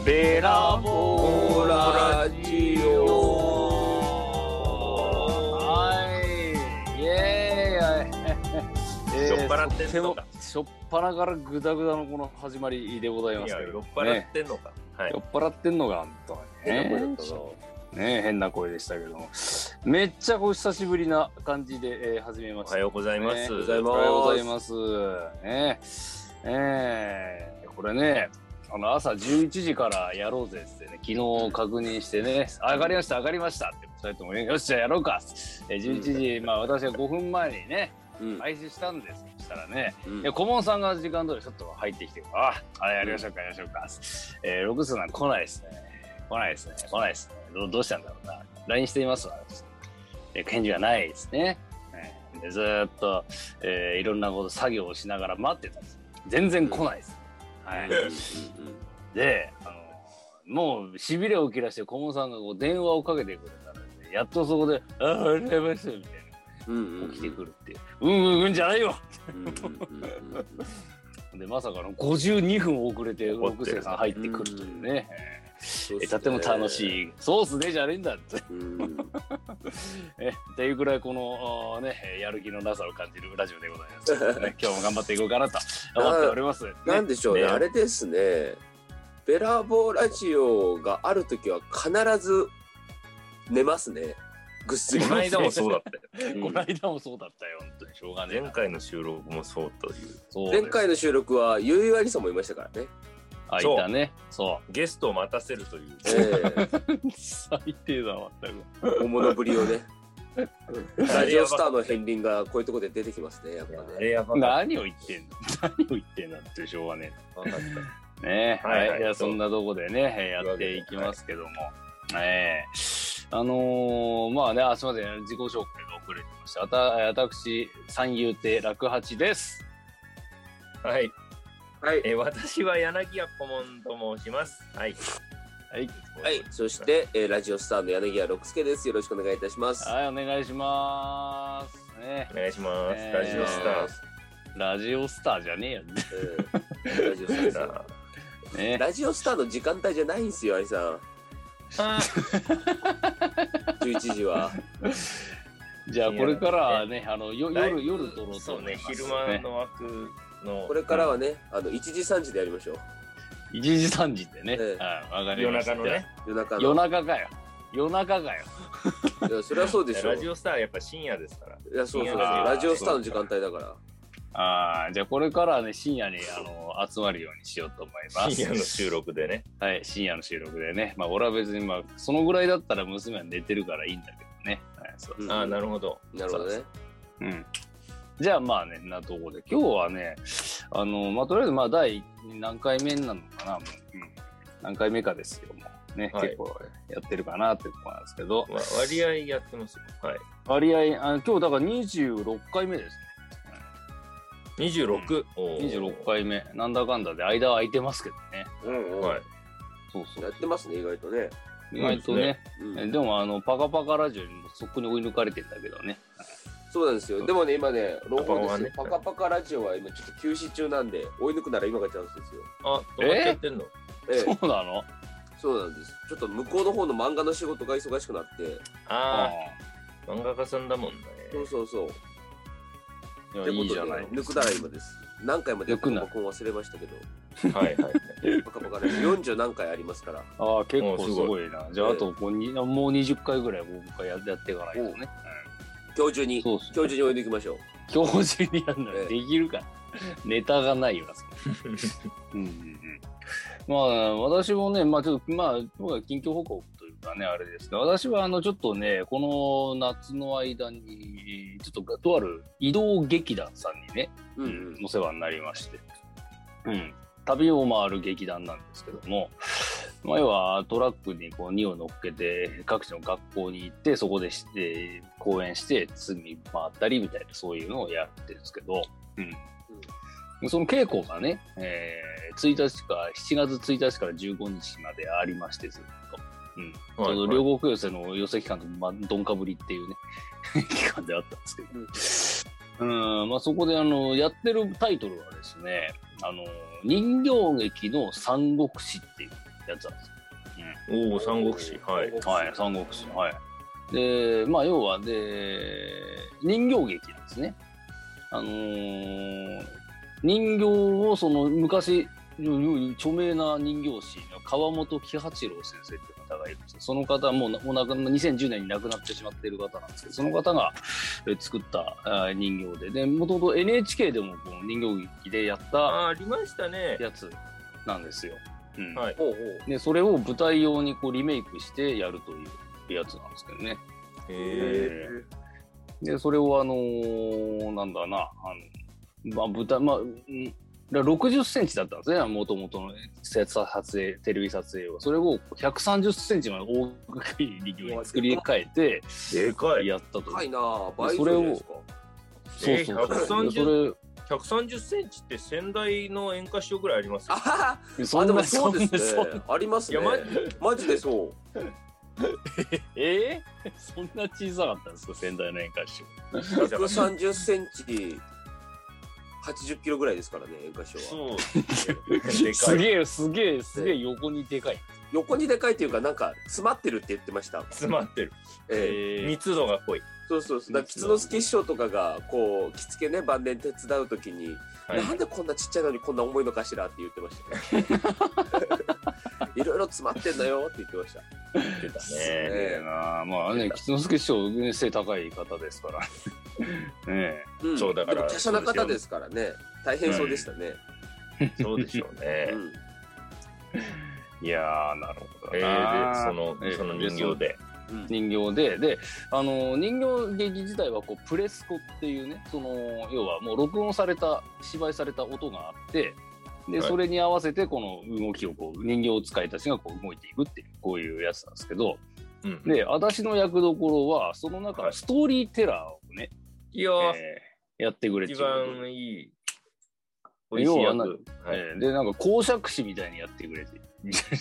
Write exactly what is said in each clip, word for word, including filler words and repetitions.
べらぼうラジオ。はい、イエーイ。 酔っ払ってんのか。 しょっぱなからグダグダのこの始まりでございますけど、 いや酔っ払ってんのか、 ね、 はい、 酔っ払ってんのか本当にね。ね、変な声でしたけども、めっちゃこう久しぶりな感じで、えー、始めました。 おはようございます。 おはようございます。ね、えー、これね、あの朝じゅういちじからやろうぜってね、昨日確認してね、上がりました上がりましたってふたりともね、よしじゃあやろうか。えー、じゅういちじ、うん、まあ私はごふんまえにね、うん、開始したんです。そしたらね、うん、いや顧問さんが時間通りちょっと入ってきて、あ、あれやりましょうか、やりましょうか。えー、ろく数なん来ないですね。来ないですね。来ないですね。ど, どうしたんだろうな。ライン していますわ。え返事がないですね。でずーっと、えー、いろんなこと作業をしながら待ってたんです。全然来ないです。うん、はい。で、あのもうしびれを切らして顧問さんがこう電話をかけてくれたので、やっとそこで、ああ、ありがとうございますみたいな。起きてくるっていう。うんうんうんじゃないよ。でまさかのごじゅうにふん遅れて六星さん入ってくるというね。えとても楽しい。そうっすねじゃねえんだって。えっていうくらいこのねやる気のなさを感じるラジオでございます、ね。今日も頑張っていこうかなと思っております。 なんでしょうね、あれですね。べらぼうラジオがあるときは必ず寝ますね。ぐっすり。 この間もそうだったよ。 この間もそうだったよ。本当にしょうがねえ。 前回の収録もそうという。 そう前回の収録はゆいわりさんもいましたからね。 あ、いたね。そう。 ゲストを待たせるという。 えー、 最低だわ、全く。 大物ぶりをね。ラジオスターの片鱗がこういうところで出てきますね、やっぱね。 何を言ってんの何を言ってんのってしょうがねえ。分かった。ねえ、はい、はい。いや、そんなとこでね、やっていきますけども。はい、えー、あのー、まあね、あ、すみません、自己紹介が遅れてました。わた、私、三遊亭楽八です。 はい。はい、えー、私は柳家顧問と申します。はい。 はい。 はい。そして、えー、ラジオスターの柳家六輔です。よろしくお願いいたします。 はい、お願いします。ね、 お願いします。えー、ラジオスター。ラジオスターじゃねえよ。 えー、ラジオスター。ね、ラジオスターの時間帯じゃないんですよ、あいさん。じゅういちじは。 じゃあこれからはね、あのよ夜夜撮ろうとそうね、昼間の枠。 これからはね、うん、あのいちじさんじでやりましょう。 いちじさんじってね、ええ、 あ、わかりました。夜中のね、 夜中の夜中かよ。夜中かよ。 いやそれはそうでしょう。 ラジオスターはやっぱ深夜ですから。いやそうそうそう。ラジオスターの時間帯だから。 ああ、じゃあこれからはね深夜にあの集まるようにしようと思います。 深夜の収録でね。 はい、深夜の収録でね。まあ俺は別にまあそのぐらいだったら娘は寝てるからいいんだけどね。はい、 そうそう。ああ、なるほど。 なるほどね。 うん。じゃあまあね、なとこで。今日はね、あの、まあとりあえずまあ第何回目なのかな、もう、うん、何回目かですよ、もうね、はい、結構やってるかなってとこなんですけど。 まあ、割合やってますよ。はい。 割合、あ今日だからにじゅうろっかいめですね。 にじゅうろく、 うん、にじゅうろっかいめ。なんだかんだで間は空いてますけどね。 うんうん。はい。そうそう。やってますね、意外とね。 意外とね。うん、でも、あの、パカパカラジオにもそこに追い抜かれてんだけどね。 そうなんですよ。でもね、今ね、朗報ですよ。パカパカラジオは今ちょっと休止中なんで、追い抜くなら今がチャンスですよ。 あ、どうやってんの？ えー、そうなの？ そうなんです。ちょっと向こうの方の漫画の仕事が忙しくなって。 ああ、漫画家さんだもんね。 そうそうそう。 いや、いいじゃない。 抜くなら今です。何回まで僕も忘れましたけど。はいはい。パカパカラジオよんじゅう何回ありますから。 ああ、結構すごいな。じゃああともうにじゅっかいぐらい僕がやっていかないとね。 今日中に、今日中に追い抜きましょう。 今日中にやるのできるか。ネタがないよな、うんうんうん。まあ、私もね、まあちょっと、まあ、僕は近況報告というかね、あれですが、私はあの、ちょっとね、この夏の間に、ちょっと、とある移動劇団さんにね、うんうん、お世話になりまして、うん。旅を回る劇団なんですけども、前はトラックにこう荷を乗っけて各地の学校に行ってそこでして、講演して積み回ったりみたいなそういうのをやってるんですけど、うんうん、その稽古がね、えー、ついたちかしちがつついたちからじゅうごにちまでありましてずっと、うん、ちょうど両国寄せの寄せ期間と、まあ、どんかぶりっていうね期間であったんですけど、うん、まあ、そこであのやってるタイトルはですね、あの人形劇の三国志っていうやつなんですよ。 おお、三国志。はい。 はい、三国志。はい。で、まあ、要は、で、人形劇なんですね。あのー、人形を、その、昔、著名な人形師の川本喜八郎先生っていう方がいるんですよ。その方はもう、もう亡くにせんじゅうねんに亡くなってしまっている方なんですけど、その方が作った人形で、で、もともと エヌエイチケー でもこの人形劇でやったあありましたねやつなんですよ。うん、 はい。 で、それを舞台用にこうリメイクしてやるというやつなんですけどね。 へえ。で、それをあのー、なんだな、あの、まあ、舞台、まあ、ろくじゅっセンチだったんですね、もともとの撮影、テレビ撮影は。それをひゃくさんじゅっセンチまで大きい人形に作り変えて、 でかい。 やったと。 でかいなぁ、倍それを、 ですか。 そうそうそう。それ、 ひゃくさんじゅっセンチって仙台の演歌師匠ぐらいありますよ。 ああ、でもそうですね。ありますね。 いや、 マジでそう。 えー、そんな小さかったんですか、仙台の演歌師匠。 ひゃくさんじゅっセンチ、はちじゅっキロぐらいですからね、演歌師匠は。 そう。 すげえ、すげえ、すげえ横にでかい。 横にでかいっていうか、なんか詰まってるって言ってました。 詰まってる。 えー、密度が濃い。 そうそうそう。だから吉之助師匠とかがこう着付けね晩年手伝うときに、はい、なんでこんなちっちゃいのにこんな重いのかしらって言ってましたね。いろいろ詰まってんだよって言ってました。 言ってたね。 えなまあね吉之助師匠、ね、背高い方ですから。ねうん、そうだから。華奢な方ですからね。大変そうでしたね。 うん、そうでしょうね。 うん、いやーなるほどな。 えー、でその、えー、その人形で。 人形で、で、あの、人形劇自体はこうプレスコっていうね、その、要はもう録音された、芝居された音があって、で、それに合わせてこの動きをこう、人形使いたちがこう動いていくっていう、こういうやつなんですけど、うん、で、私の役どころは、その中のストーリーテラーをね、 いや、 えー、やってくれて一番いい、 美味しい役。はい、えー、で、なんか講釈師みたいにやってくれて、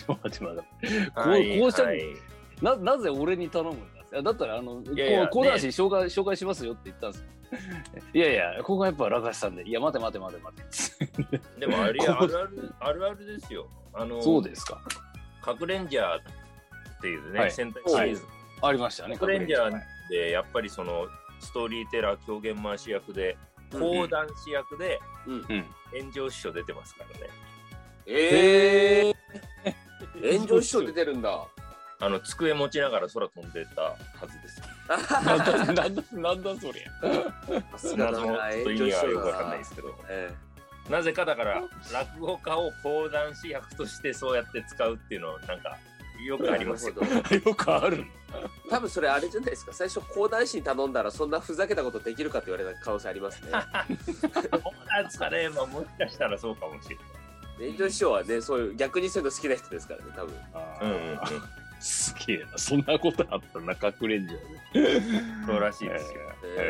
講釈、な, なぜ俺に頼むんだだったら、あの、講談師紹介、紹介しますよって言ったんですよ。いやいや、ここがやっぱラカシさんで、いや、待て待て待て待て。 でもあれ、あるある、あるあるですよ。あの、 そうですか。 核レンジャーっていうね、 はい、 戦隊シリーズ、 はい。ありましたね。 核レンジャーで、やっぱりその、ストーリーテラー、狂言回し役で、講談師役で、うん、炎上師匠出てますからね。 えー、炎上師匠出てるんだ。 あの机持ちながら空飛んでたはずです。 なんだなんだなんだそれ。 謎の意味はよくわかんないですけど、ええ、なぜかだから落語家を講談師役としてそうやって使うっていうのなんかよくありますよ。 よくある。 多分それあれじゃないですか。最初講談師に頼んだらそんなふざけたことできるかって言われた可能性ありますね。 そうなんですかね。まあもしかしたらそうかもしれない。 炎上師匠はね、そういう逆にそういうの好きな人ですからね、多分。 あうんうんうんすげえな、そんなことあったな、隠れんじゃね。 そうらしいですよ。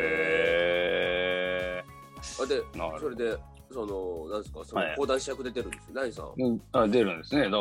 へえー。あで、それで、その、なんですか、その講談師役で出るんですよ、何さん。 うん、あ出るんですね、だから、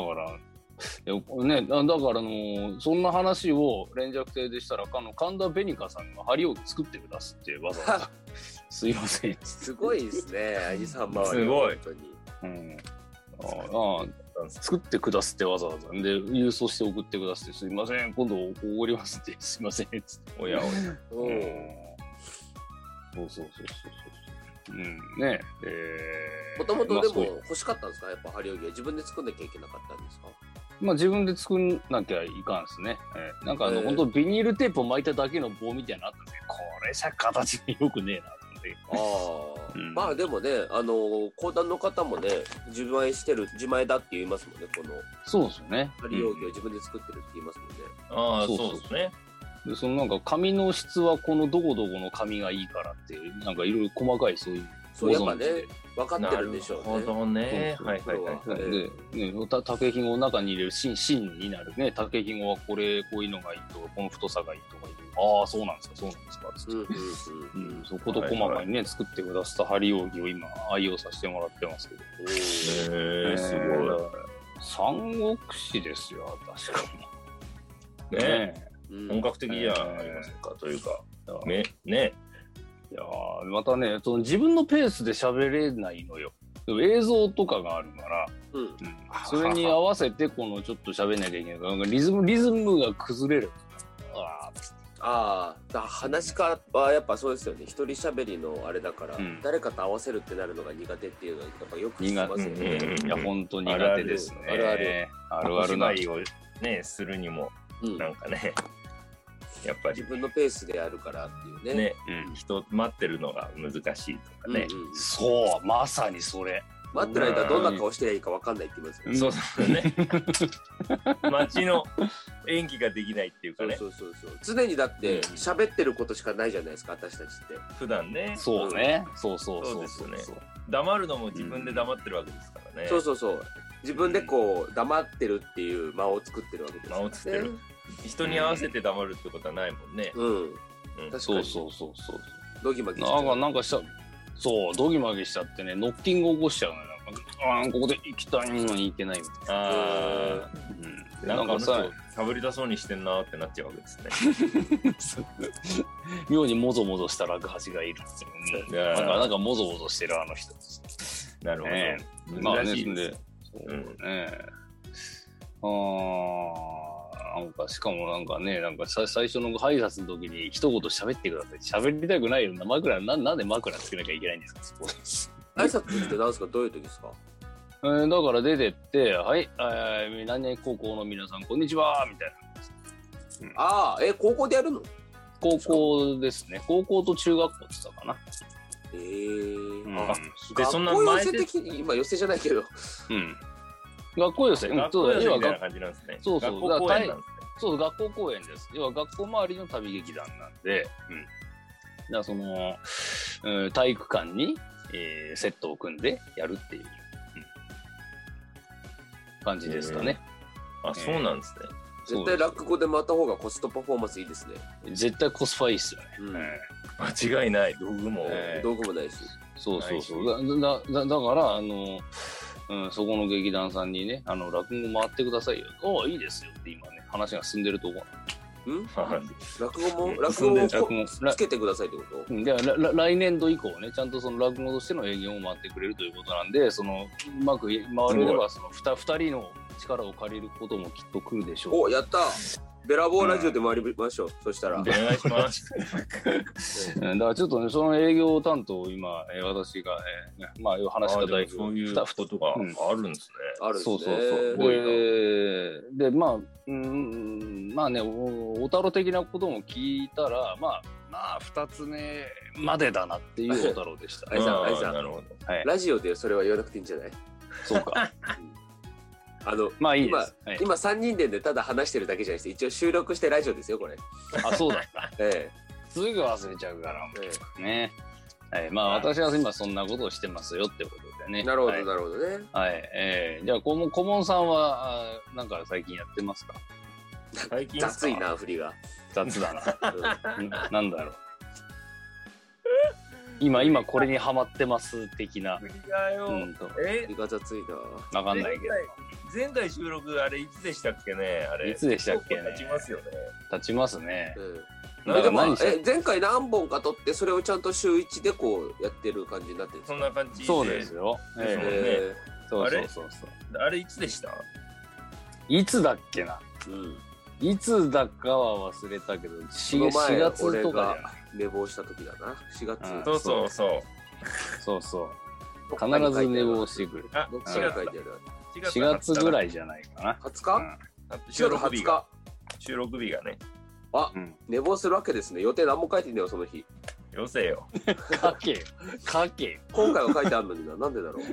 ね、だからあの、そんな話を連雀亭でしたら、あの神田紅香さんが針を作ってくださって、わざわざ。すいません。 すごいですね、兄さん周り。 すごい。 本当に。 うん。ああ。作ってくださってわざわざで郵送して送ってくださってすいません今度おごりますってすいませんっつっておやおやおそうそうそうそうそううんねえもともとでも欲しかったんですかやっぱ針荻は自分で作んなきゃいけなかったんですかまあ自分で作んなきゃいかんですね、えー、なんかあの、えー、本当ビニールテープを巻いただけの棒みたいなのあったんですけどこれじゃ形がよくねえなと思ってあ、うん、まあでもねあの講談の方もね自前してる自前だって言いますもんねこのそうですよね針荻を自分で作ってるって言いますもんね、 うん、ああそうですねでそのなんか紙の質はこのどこどこの紙がいいからってなんかいろいろ細かいそういうそうやっぱね分かってるんでしょうね。 なるほどね。はいはいはい。 で、ね、た竹ひごを中に入れる芯芯になるね竹ひごはこれこういうのがいいとかこの太さがいいとかいうああそうなんですかそうなんですかつって、うんうんうん、そこと細かにね、はいはい、作ってくださった針扇を今愛用させてもらってますけど。 へえすごい。 三国志ですよ確かに。ねえ、うん、本格的じゃありませんか、えー、というかねね。 いやまたねその自分のペースで喋れないのよでも映像とかがあるから、 うん、うん、 それに合わせてこのちょっと喋んなきゃいけないから、リズムリズムが崩れる。 ああ、だ話し家はやっぱそうですよね。一人喋りのあれだから、うん、誰かと合わせるってなるのが苦手っていうのはやっぱよく聞きますよね。 うん、いや本当に苦手ですね。 あるあるあるあるなりをねするにも、うん、なんかね。やっぱり自分のペースでやるからっていうね。 ね、うん、人待ってるのが難しいとかね。 うんうん、そう、まさにそれ。 待ってる間どんな顔してりゃいいか分かんないって言いますよね。 そうそうね。街の演技ができないっていうかね。 そうそうそうそう。常にだって喋ってることしかないじゃないですか、私たちって。 普段ね。 そうね。そうそうそう。 そうですよね。黙るのも自分で黙ってるわけですからね。 そうそうそう。自分でこう黙ってるっていう間を作ってるわけですよね。間を作ってる。人に合わせて黙るってことはないもんね。 うん。うん、 確かに。そうそうそうそう。 ドギマギしちゃう。 なんかなんかした。そう、ドギマギしちゃってね、ノッキング起こしちゃうのよ。ああ、ここで行きたいのに行けないみたいな。ああ、うん。なんかさ、喋りたそうにしてんなってなっちゃうわけですね。 妙にもぞもぞした落橋がいるっていうね。なんか、なんかもぞもぞしてるあの人。 なるほど。 ね、まあね、そんで、そうね。うん、ああ。なんかしかもなんかね、なんかさ最初の挨拶の時に一言喋ってください。喋りたくないような枕な、なんで枕つけなきゃいけないんですか、そこ挨拶って何ですか、どういう時ですか？ えー、だから出てって、はい、えー、何々高校の皆さん、こんにちはみたいな。 うん、ああ、え、高校でやるの？ 高校ですね。高校と中学校って言ったかな。 えー、うん、 あ、で、そんな前で学校寄せ的に、今寄せじゃないけど。 うん。学校寄せ、 学校寄せみたいな感じなんですね。 そうそう。 学校公演なんですね。 そう、学校公演です。要は学校周りの旅劇団なんで、うん。だからその、うん、体育館に、えー、セットを組んでやるっていう、うん、感じですかね。 あ、そうなんですね。 絶対落語で回った方がコストパフォーマンスいいですね。 絶対コスパいいっすよね。 うん、 間違いない。道具も、 えー、道具もないし。 そうそうそう。だだだだからあの、うん、そこの劇団さんにね、あの落語回ってくださいよ。ああ、いいですよって今ね話が進んでるところ。 ん？落語も落語をつけてくださいってこと？ では来年度以降ね、ちゃんとその落語としての営業を回ってくれるということなんで、そのうまく回れればそのふたりの力を借りることもきっと来るでしょう。 お、やった。ベラボーラジオで回りましょう。うん、そしたら。 お願いします。 だからちょっとね、その営業担当を今、えー、私が、えー、まあ話した大そういうことがあるんですね。 うん、あるんですね。 そうそうそう。で、で、まあ、うん、まあね、お太郎的なことも聞いたら、まあ、まあ、二つ目までだなっていうお太郎でした。 あいさん、あいさん。 なるほど。 はい。ラジオでそれは言わなくていいんじゃない？ そうか。 あの、 まあいい今、 はい、 今さんにんででただ話してるだけじゃなくて、一応収録してラジオですよ、これ。 あ、そうだった。 ええ。 すぐ忘れちゃうから、ええ、ね。はい、まあ私は今そんなことをしてますよってことでね。 なるほど、 はい、 なるほどね。 はい。えー、じゃあ、顧問、顧問さんは、なんか最近やってますか？ 最近雑いな、振りが。 雑だな。うん、なんだろう。今、今これにハマってます的な。 振りがよ。うん、 え振りが雑いな。わかんないけど。 前回収録あれいつでしたっけね、あれ。 いつでしたっけね。 立ちますよね。 立ちますね。 うん、でもえ前回何本か撮ってそれをちゃんと週一でこうやってる感じになってるんですか？ そんな感じで。 そうですよ。 えー、そうそうそうそう。 あれいつでした？ いつだっけな。 うん。 いつだかは忘れたけど、しがつとか寝坊した時だな。しがつ。 うん、そうそうそう。 そうそう。必ず寝坊してくる。 あ、どっちが書いてある？ しがつぐらいじゃないかな。 はつか？うん、 収録日が。収録日がね。 あ、うん、寝坊するわけですね。予定何も書いてんねよ、その日。 よせよ。 書けよ。書けよ。 今回は書いてあるのにな。なんでだろ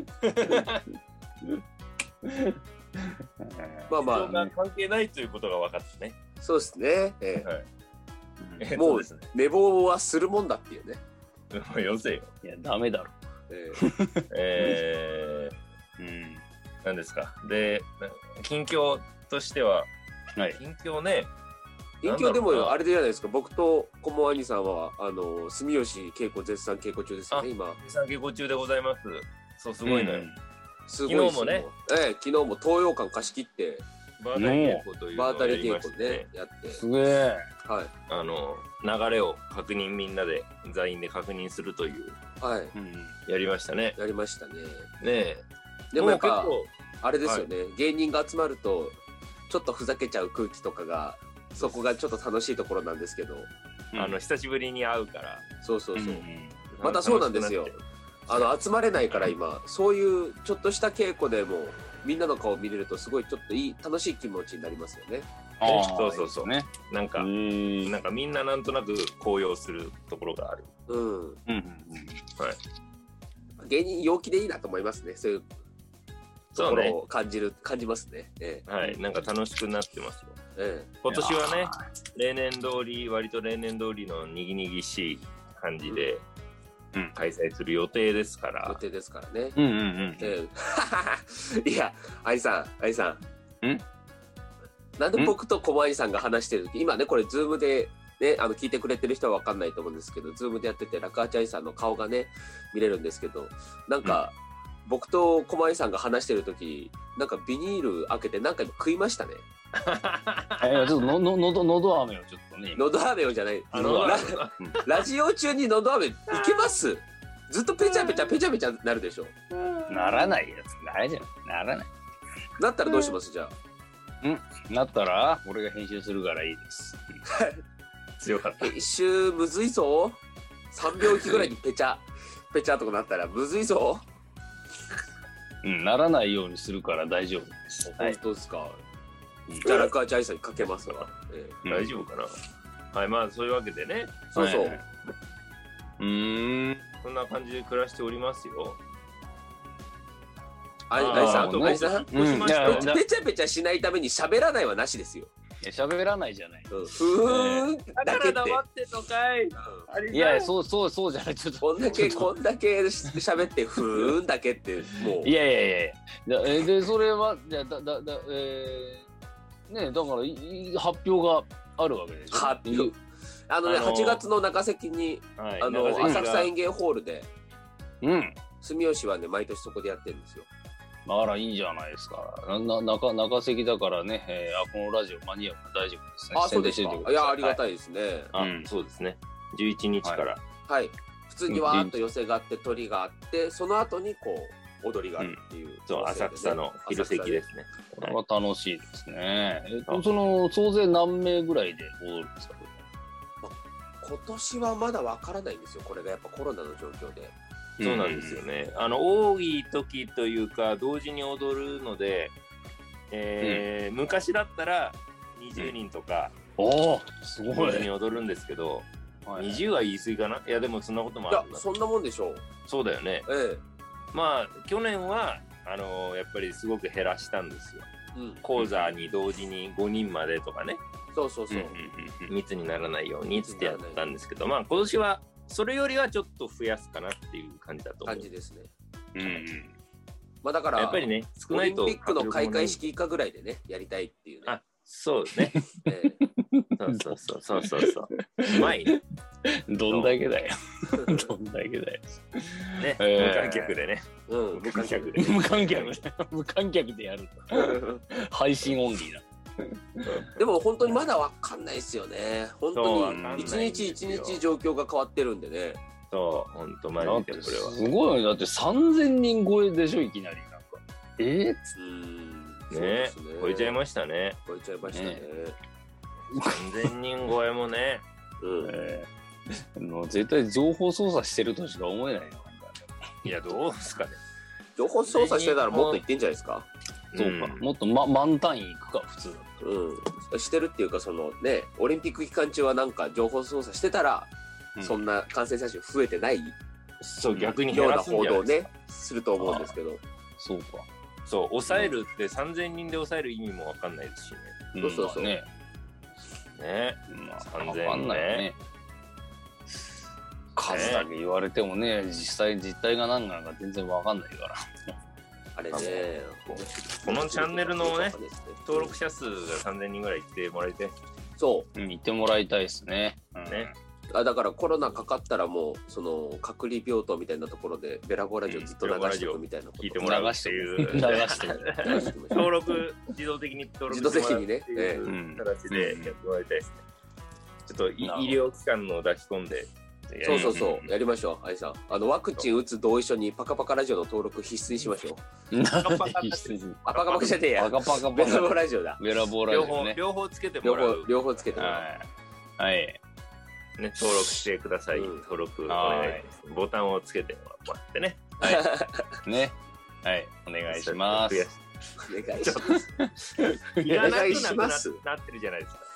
う。まあまあ。 人が関係ないということが分かってね。 そうですね。えーはい、 もう、ね、寝坊はするもんだっていうね。 よせよ。 いや、ダメだろ。 えー、えー、うん。何ですか。で、近況としては、 はい、 近況ね。 近況でもあれじゃないですか。僕と顧問兄さんはあの住吉稽古絶賛稽古中ですよね。今。 絶賛稽古中でございます。そうすごいね。うん、 すごい昨日もね。ええ、昨日も東洋館貸し切って。 場当たり稽古というのをやりまして、 ね、やってすげえ、 はい、 あの流れを確認みんなで座員で確認するという、 はい、 やりましたね。 やりましたね。 ねえ。 でもやっぱあれですよね、はい、芸人が集まるとちょっとふざけちゃう空気とかがそこがちょっと楽しいところなんですけど、 うん、あの久しぶりに会うから。 そうそうそう、うん、またそうなんですよ。あの集まれないから今そういうちょっとした稽古でもみんなの顔を見れるとすごいちょっといい楽しい気持ちになりますよね。 あそうそうそうね。なんかなんかみんななんとなく高揚するところがある。 うん。うんうんうん。はい。芸人陽気でいいなと思いますね。そういうところを感じる、ね、感じますね、ええ。はい。 なんか楽しくなってますよ。ええ、今年はね例年通り割と例年通りのにぎにぎしい感じで。うんうん、開催する予定ですから。 予定ですからね。 うんうんうん。 えー、いや、愛さん、愛さん。んなんで僕と小林さんが話してる時、今ね、これ、ズームで、ね、あの聞いてくれてる人は分かんないと思うんですけど、ズームでやってて、ラクアチャイさんの顔がね、見れるんですけど、なんか、うん、僕と小林さんが話してる時、なんかビニール開けて何回も食いましたね。 いやちょっとのののどのど飴をちょっとね。 のど飴をじゃない。あのラ, ラジオ中にのど飴いけます？ずっとペチャペチャペチャペチャなるでしょ。 ならないやつないじゃん。ならない。 なったらどうしますじゃあ？ん？なったら俺が編集するからいいです。 強かった。 一周むずいぞ。さんびょうおきぐらいにペチャペチャとかなったらむずいぞ。 うん、ならないようにするから大丈夫です。 本当ですか。じゃあラクアチャイさんにかけますわ、 えー、大丈夫かな。はい、まあそういうわけでね。 そうそう、はい、 うーんそんな感じで暮らしておりますよ。 あいさん、あいさん、ペチャペチャしないために喋らないはなしですよ。 いや喋らないじゃない。 ふーんだから黙ってとかい。 いやそうそうそうじゃない。ちょっとこんだけこんだけ喋ってふーんだけってもう。 いやいやいやいや。でそれはじゃだだだえー。ね、だから発表があるわけでしょ。 発表あのね、あのー、はちがつの中関に、はい、あの浅草園芸ホールで、うん、住吉はね毎年そこでやってるんですよ。 あらいいんじゃないですか。な中中関だからね、えー、あこのラジオ間に合う大丈夫ですね。 あそうですか。いやありがたいですね。 はい、あそうですね。じゅういちにちから、 はい、はい、普通にわーっと寄せがあって鳥があってその後にこう。踊りがあるっていう、うん、 そう浅草の昼席ですね。 これは楽しいですね。えっとその総勢何名ぐらいで踊るんですか。 今年はまだわからないんですよ。これがやっぱコロナの状況で。 そうなんですよね。あの多い時というか同時に踊るので、えーうん、昔だったらにじゅうにんとか、 うん、おすごい同時に踊るんですけど、はい、にじゅうは言い過ぎかな。いやでもそんなこともあるんだ。 いやそんなもんでしょう。 そうだよね。 ええ。 まあ去年はあのー、やっぱりすごく減らしたんですよ。うん、講座に同時にごにんまでとかね。 そうそうそう。 密にならないようにつってやったんですけど、まあ今年はそれよりはちょっと増やすかなっていう感じだと思う。 感じですね。 うん。 まあだからやっぱりね少ないとオリンピックの開会式以下ぐらいでねやりたいっていうね。 あ、そうね。えー、そうそうそうそうそうそう。うまいね。 どんだけだよ。どんだけだよ。 ね、えー、無観客でね。 うん、無観客で。無観客で。無観客でやると。配信オンリーだ。 でも本当にまだわかんないですよね。本当に一日一日状況が変わってるんでね。 そう、本当マジでこれは。 すごいだってさんぜんにん超えでしょいきなりなんか。えー、っつってね。ね、超えちゃいましたね。 超えちゃいましたね。 さんぜんにん超えもね。 うん。えーの絶対情報操作してるとしか思えないよ。 いやどうですかね。 情報操作してたらもっといってんじゃないですか。 そうか、うん、もっと、ま、満単位いくか普通だと。 うん。してるっていうかそのねオリンピック期間中はなんか情報操作してたら、うん、そんな感染者数増えてない。 そう逆にような報道をねすると思うんですけど。 そうか。 そう抑えるってさんぜんにんで抑える意味もわかんないですしね。 うん、そうそうそう。 ね。ね。まあ、さんぜんにんね。 数だけ言われてもね、実際実態が何なのか全然わかんないから。 あれね、 このチャンネルのね、登録者数がさんぜんにんぐらいいってもらえて。 そう。 うん、いってもらいたいですね。 うん、ね。 あだからコロナかかったらもうその隔離病棟みたいなところでベラボーラジオずっと流しておくみたいなこと聞いてもらうっていう流してる登録自動的に登録自動的にね、 ええ、形でやってもらいたいですね。ちょっと医療機関の抱き込んで。 そうそうそう、やりましょう、愛さん。あのワクチン打つ同一緒にパカパカラジオの登録必須にしましょう。 パカパカパカパカじゃねえや。 パカパカベラボーラジオだ。 ベラボーラジオね。 両方つけてもらう。 両方つけてもらう。はい。 ね、登録してください。登録お願いします。ボタンをつけてもらってね。 はい。ね。はい。お願いします。 お願いします。 いらなくなってるじゃないですか。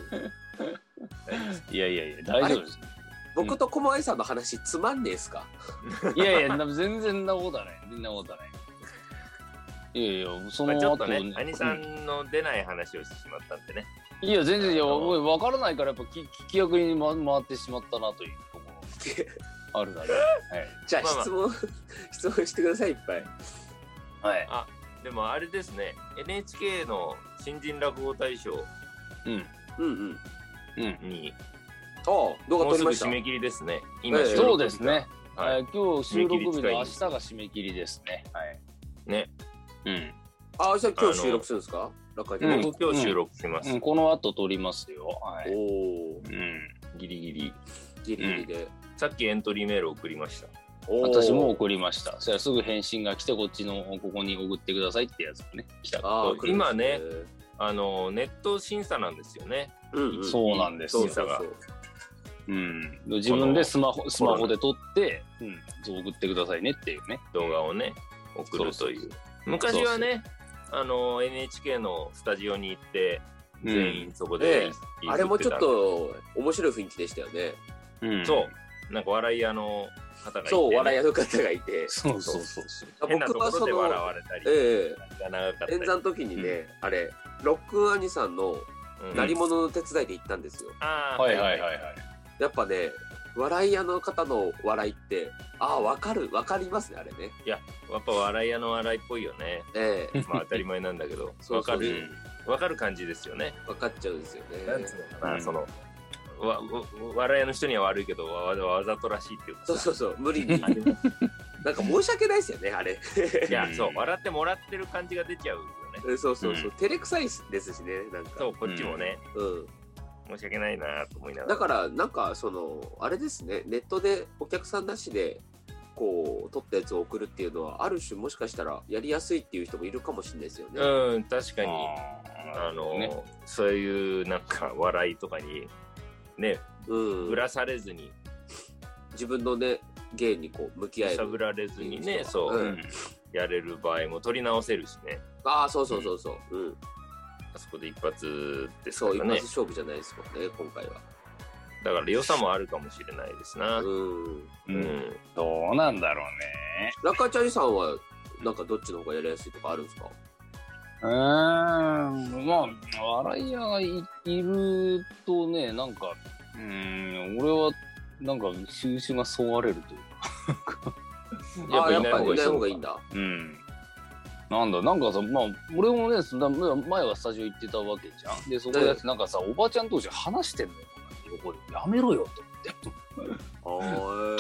いやいやいや、大丈夫です。 僕と小林さんの話つまんねえっすか？ いやいや、全然なことはない。全然なことはない。いやいや、その後、 ちょっとね、兄さんの出ない話をしてしまったんでね。 いや、全然、いや、分からないから、やっぱ聞き役に回ってしまったなというところあるだろう。 じゃあ、質問、質問してください、いっぱい。 はい。 あ、でもあれですね、エヌエイチケー の新人落語大賞。 うん。うんうん。 に。 ああ、動画撮りました。 もうすぐ締め切りですね。今、 そうですね。はい、今日収録日の明日が締め切りですね。はい。 ね。 うん。 あ、明日今日収録するんですか？ 僕今日収録します。 この後撮りますよ。はい。 おお。 うん。ギリギリ。 ギリギリで。 さっきエントリーメール送りました。 私も送りました。そしたらすぐ返信が来て、こっちのここに送ってくださいってやつがね、来た。 今ね、あのネット審査なんですよね。 そうなんですよ。審査が。うん、自分でスマホスマホで撮って、うん、そう送ってくださいねっていうね動画をね送るという。昔はね、あの エヌエイチケー のスタジオに行って全員そこで、 うんね、あれもちょっと面白い雰囲気でしたよね。 うん、そうなんか笑い屋の方がいて、ね、 そう笑い屋の方がいて、 そうそうそうそう。 変なところで笑われたり、ええー、演座の時にね、うん、あれロックン兄さんの鳴り物の手伝いで行ったんですよ。 うん、ああはいはいはいはい。 やっぱね、笑い屋の方の笑いって、ああ、わかる、わかりますね、あれね。 いや、やっぱ笑い屋の笑いっぽいよね。 ええまあ当たり前なんだけど、わかる、わかる感じですよね。 わかっちゃうんですよね。 なんつうのかな、うん、その、わ、笑い屋の人には悪いけど、わ、わざとらしいっていうか。 そうそうそう、無理に。なんか申し訳ないですよね、あれ。 いや、そう、笑ってもらってる感じが出ちゃうよね。 そうそうそう、照れくさいですしね、なんか。 そう、こっちもね。うん。申し訳ないなと思いながら。 だからなんかそのあれですね、ネットでお客さんなしでこう撮ったやつを送るっていうのはある種もしかしたらやりやすいっていう人もいるかもしれないですよね。 うん確かにあの、ね、そういうなんか笑いとかにね、うん、ぶらされずに自分のね芸にこう向き合える。 揺さぶられずにねそう、うん、やれる場合も取り直せるしね。 ああそうそうそうそう。うん。うんあそこで一発ですからね。 そう一発勝負じゃないですもんね今回は。 だから良さもあるかもしれないですな。うん、 うん、どうなんだろうね。 中ちゃんさんはなんかどっちの方がやりやすいとかあるんですか？ うーんまあ笑い屋が い, いるとねなんかうん俺はなんか収集がそがれるというか。やっぱいない方がいいんだ。 うん。なんだ、なんかさ、まあ、俺もね、前はスタジオ行ってたわけじゃん。で、そこでなんかさ、おばちゃん同士話してんのよ、横で。やめろよ、と思って。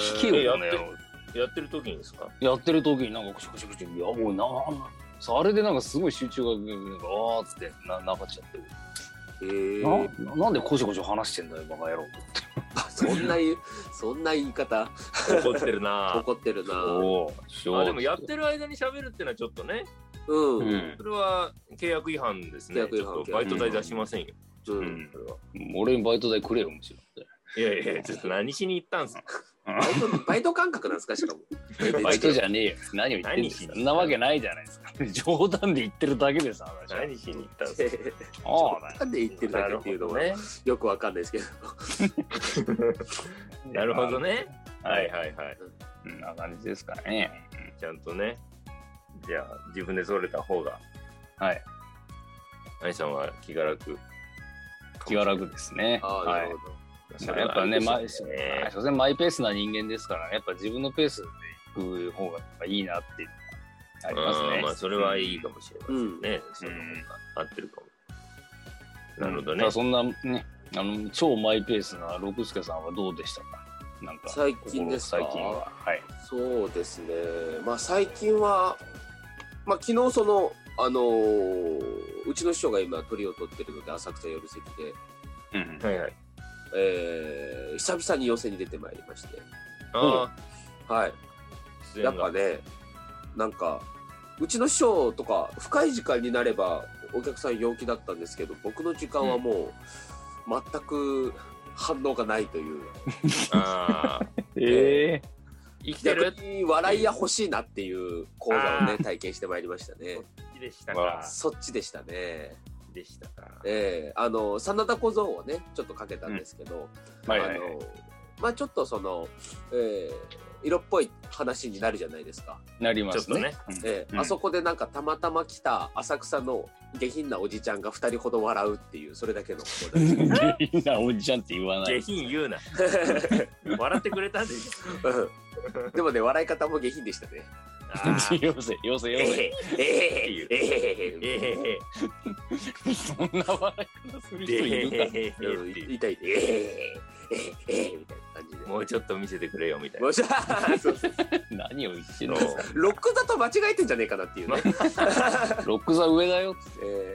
聞けよ、ね。 やってる時にですか？ やってる時になんか、クシュクシュクシュ、いや、もうな、さ、あれでなんかすごい集中が、あーっつって、な、なかっちゃってる。えー、な, なんでコシコシ話してんだよバカ野郎とそんな言そんな言い方怒ってるな怒ってるなあでもやってる間に喋るってのはちょっとねうん、うん、 それは契約違反ですね。ちょっとバイト代出しませんよ、うんうん、 それは俺にバイト代くれよむしろいやいやちょっと何しに行ったんすかバイトバイト感覚なんですかしかもバイトじゃねえよ何を言ってんですかそんなわけないじゃないですか冗談で言ってるだけでさ何しに行ったんですか冗談で言ってるだけっていうのは、ね、よくわかんないですけどなるほどねはいはいはいこんな感じですかねちゃんとねじゃあ自分で取れた方がはい愛さんは気が楽気が楽ですねああなるほどやっぱね、まあ、所詮マイペースな人間ですから、ね、やっぱ自分のペースで行く方がいいなっていうのがありますね。 あまあそれはいいかもしれませんね。うん、その方が合ってるかも。なるほどね。 そんなね、 あの超マイペースな六助さんはどうでしたか？なんか最近ですか？ 最近は、はい、 そうですね。まあ最近は、まあ昨日そのあのー、うちの師匠が今鳥を取ってるので浅草夜席で、 うんはいはい、 えー、久々に寄席に出てまいりまして、 ああ、はい、やっぱね、なんかうちの師匠とか深い時間になればお客さん陽気だったんですけど、僕の時間はもう全く反応がないという。 あえー生きてる逆に笑いや欲しいなっていう講座をね体験してまいりましたね。 そっちでしたか。 そっちでしたね。 でしたか。 ええー、あの真田小僧をねちょっとかけたんですけど、うん、はいはいはい、あのまあちょっとその、えー、色っぽい話になるじゃないですか。なりますね。 ねえーうん、あそこでなんかたまたま来た浅草の下品なおじちゃんがふたりほど笑うっていうそれだけのことです。 下品なおじちゃんって言わない。 下品言うな。笑ってくれたんでしょ。 でもね笑い方も下品でしたね。 よせよせよせ。 ええええええそんな笑い方する人いるか。 言いたい。ええええみたいな感じで。 もうちょっと見せてくれよみたいな。 何を言ってるの。 ロック座と間違えてんじゃねえかなっていうね。 ロック座上だよって。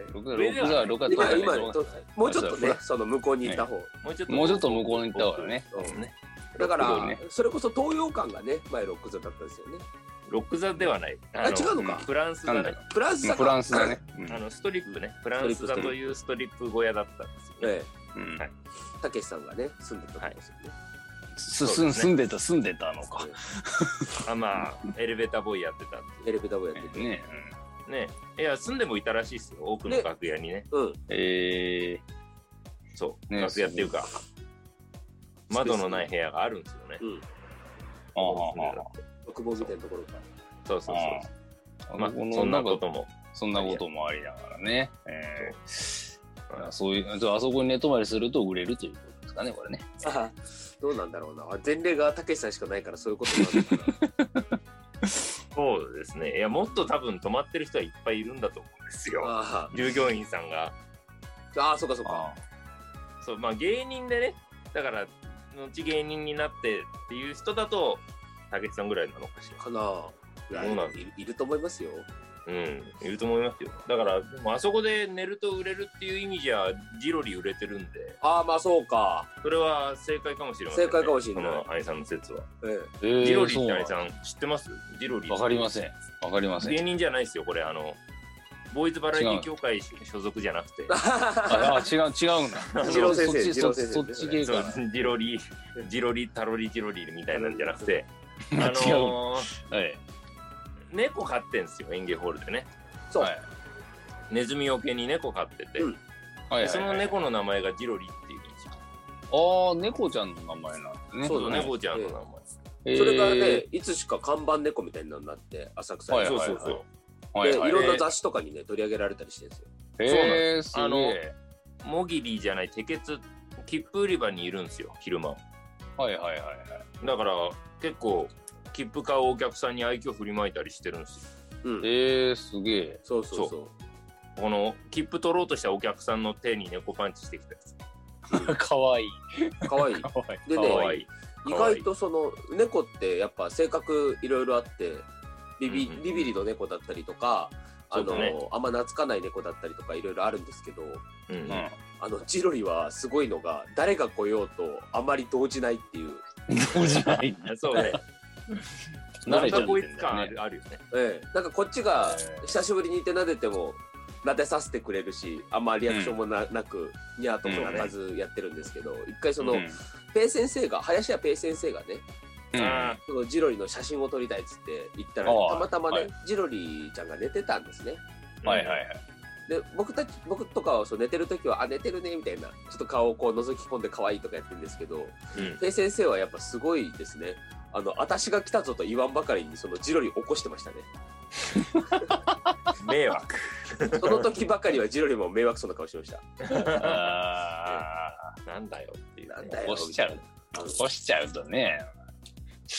ロック座はロック座今今もうちょっとねその向こうに行った方。 もうちょっと向こうに行った方がね。 だからそれこそ東洋館がね前ロック座だったんですよね。 ロック座ではない。 あ、違うのか。 フランス座ね。 フランス座。 フランス座ね。 あのストリップね。フランス座というストリップ小屋だったんですよね。 はい。たけしさんがね住んでたんですよね。 住んでた住んでたのか。 あ、まあエレベーターボーイやってた。 エレベーターボーイやってて。 ね。ね。いや住んでもいたらしいですよ。多くの楽屋にね。 うん。 ええ。そう楽屋っていうか窓のない部屋があるんですよね。うん。 ああ。 独房みたいなところか。 そうそうそう。まあそんなこともそんなこともありながらね。えー、そういうあそこに寝泊まりすると売れるということですかねこれね。 あどうなんだろうな。前例がたけしさんしかないからそういうことなのかな。 そうですね。いやもっと多分泊まってる人はいっぱいいるんだと思うんですよ。従業員さんが。 ああそうかそうか。 そうまあ芸人でねだから後芸人になってっていう人だと。たけしさんぐらいなのかしら。 かな。いや、い, いると思いますよ。 うん、いると思いますよ。だからでもあそこで寝ると売れるっていう意味じゃジロリ売れてるんで。 ああまあそうか。 それは正解かもしれません、ね。 正解かもしれない。 この愛さんの説は。 ええ、ジロリって愛さん知ってます？ジロリ。 わかりません。わかりません。 芸人じゃないですよこれあの。ボーイズバラエティ協会所属じゃなくて。 ああ違う違うんだ。 ジロ先生ジロ先生。 そっち系か。 ジロリジロリタロリジロリみたいなんじゃなくて。あのーはい、猫飼ってんすよ園芸ホールでね。 そう、はい、 ネズミよけに猫飼ってて、うん、その猫の名前がジロリっていうんですよ。 ああ猫ちゃんの名前なんですね。 そうそう猫ちゃんの名前、 えー、それがねいつしか看板猫みたいになって浅草に、はいはいはい、そうそうそうで、はいはい、いろんな雑誌とかにね取り上げられたりしてるんですよ。 えー、 そうなんです。あのモギリじゃないテケツ切符売り場にいるんですよ昼間。 はいはいはいはい。 だから結構切符買うお客さんに愛嬌振りまいたりしてるんですよ。 うん、えー、すげえ。 そうそうそう。 この切符取ろうとしたお客さんの手に猫パンチしてきたやつ。かわいい。 かわいい。でね、意外とその猫ってやっぱ性格いろいろあってビビ、うん、ビビリの猫だったりとか、あの、ね、あんま懐かない猫だったりとかいろいろあるんですけど、うんうん、あのジロリはすごいのが誰が来ようとあまり動じないっていう。 動じない。 そうね。なんかこいつ感あるよね。 ええ、なんかこっちが久しぶりにいて撫でても撫でさせてくれるし、あんまリアクションも な,、うん、なくニャーとも鳴かずやってるんですけど、うん、一回その、うん、ペイ先生が林家ペイ先生がね、うん、そのジロリの写真を撮りたいっつって言ったら、ね、たまたまね、はい、ジロリちゃんが寝てたんですね。 はいはいはい。 で僕たち僕とかはそう寝てる時はあ寝てるねみたいなちょっと顔をこう覗き込んで可愛いとかやってるんですけど、うん、ペイ先生はやっぱすごいですね。あの私が来たぞと言わんばかりにそのジロリ起こしてましたね。 迷惑。 その時ばかりはジロリも迷惑そうな顔してました。 あなんだよっていう、ね。 なんだよ。 起こしちゃう。起こしちゃうとね。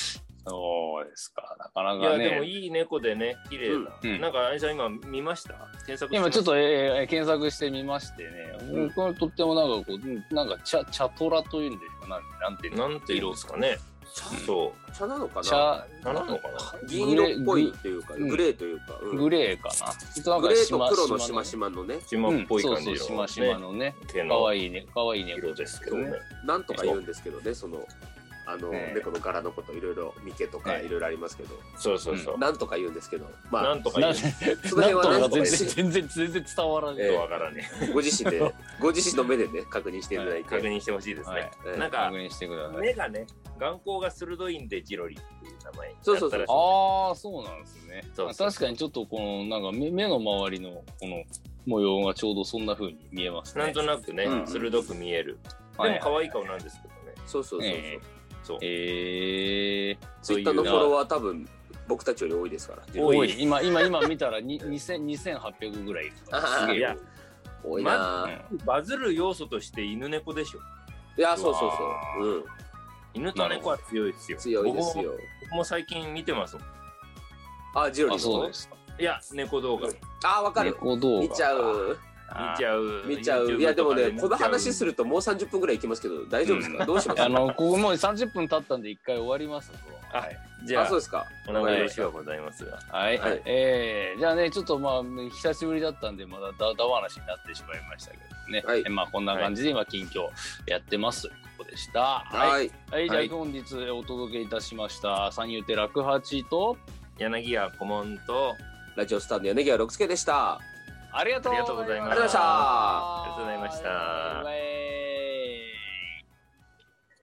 そうですか。なかなかね。 いやでもいい猫でね、綺麗な。 うん、 なんかあれじゃん今見ました？検索して今ちょっと、えー、検索してみましてね。うん、これとってもなんかこうなんか茶茶トラというんでしょうか。なんなんていうの？なんて色ですかね。そう。 茶なのかな？ 茶なのかな？ 銀色っぽいっていうか、グレーというか。 グレーかな。 グレーと黒のしましまのね。 しまっぽい感じの。 しましまのね。かわいいね。かわいい猫ですけどね。 なんとか言うんですけどね、その。あの、えー、猫の柄のこといろいろ三毛とかいろいろありますけど、 えー、そうそうそう、 なんとか言うんですけど、 まあなんとか言うその辺は全然全然全然伝わらない、 えー、わからねご自身でご自身の目でね確認していただいて、 はい、確認してほしいですね、はい、なんか確認してください。 目がね眼光が鋭いんでジロリっていう名前にそうそうそうああそうなんですね。そうそう確かにちょっとこのなんか 目, 目の周りのこの模様がちょうどそんな風に見えますね。 なんとなくね、うん、鋭く見える、でも可愛い顔なんですけどね、 そうそうそうそう、 えーそうえー、 ツイッターのフォロワー多分僕たちより多いですから。 多い。今今今見たらにせんにせんはっぴゃくぐらいいるから。すげえ。 いや多いな、 ま。バズる要素として犬猫でしょ。 いやそうそうそう。うん。 犬と猫は強いですよ。 強いですよ。 僕も最近見てますもん。 あジロリの。 そうですか。 いや猫動画。 あわかる。 猫動画。 見ちゃう。 見ちゃう見ちゃう。いやでもねこの話するともうさんじゅっぷんぐらいいきますけど大丈夫ですか、うん、どうしますか。 あのここもうさんじゅっぷん経ったんで一回終わります。 はい。じゃあ、 あそうですか。 お名前よろしくございますが。 はい。はい、えー、じゃあねちょっとまあ久しぶりだったんでまだだだ話になってしまいましたけどね。はい。まあこんな感じで今近況やってます。ここでした。はい。はい。はい、じゃあ本日お届けいたしました三遊亭楽八と柳家顧問とラジオスターの柳家六輔でした。 ありがとうございました。 ありがとうございました。 ありがとうございました。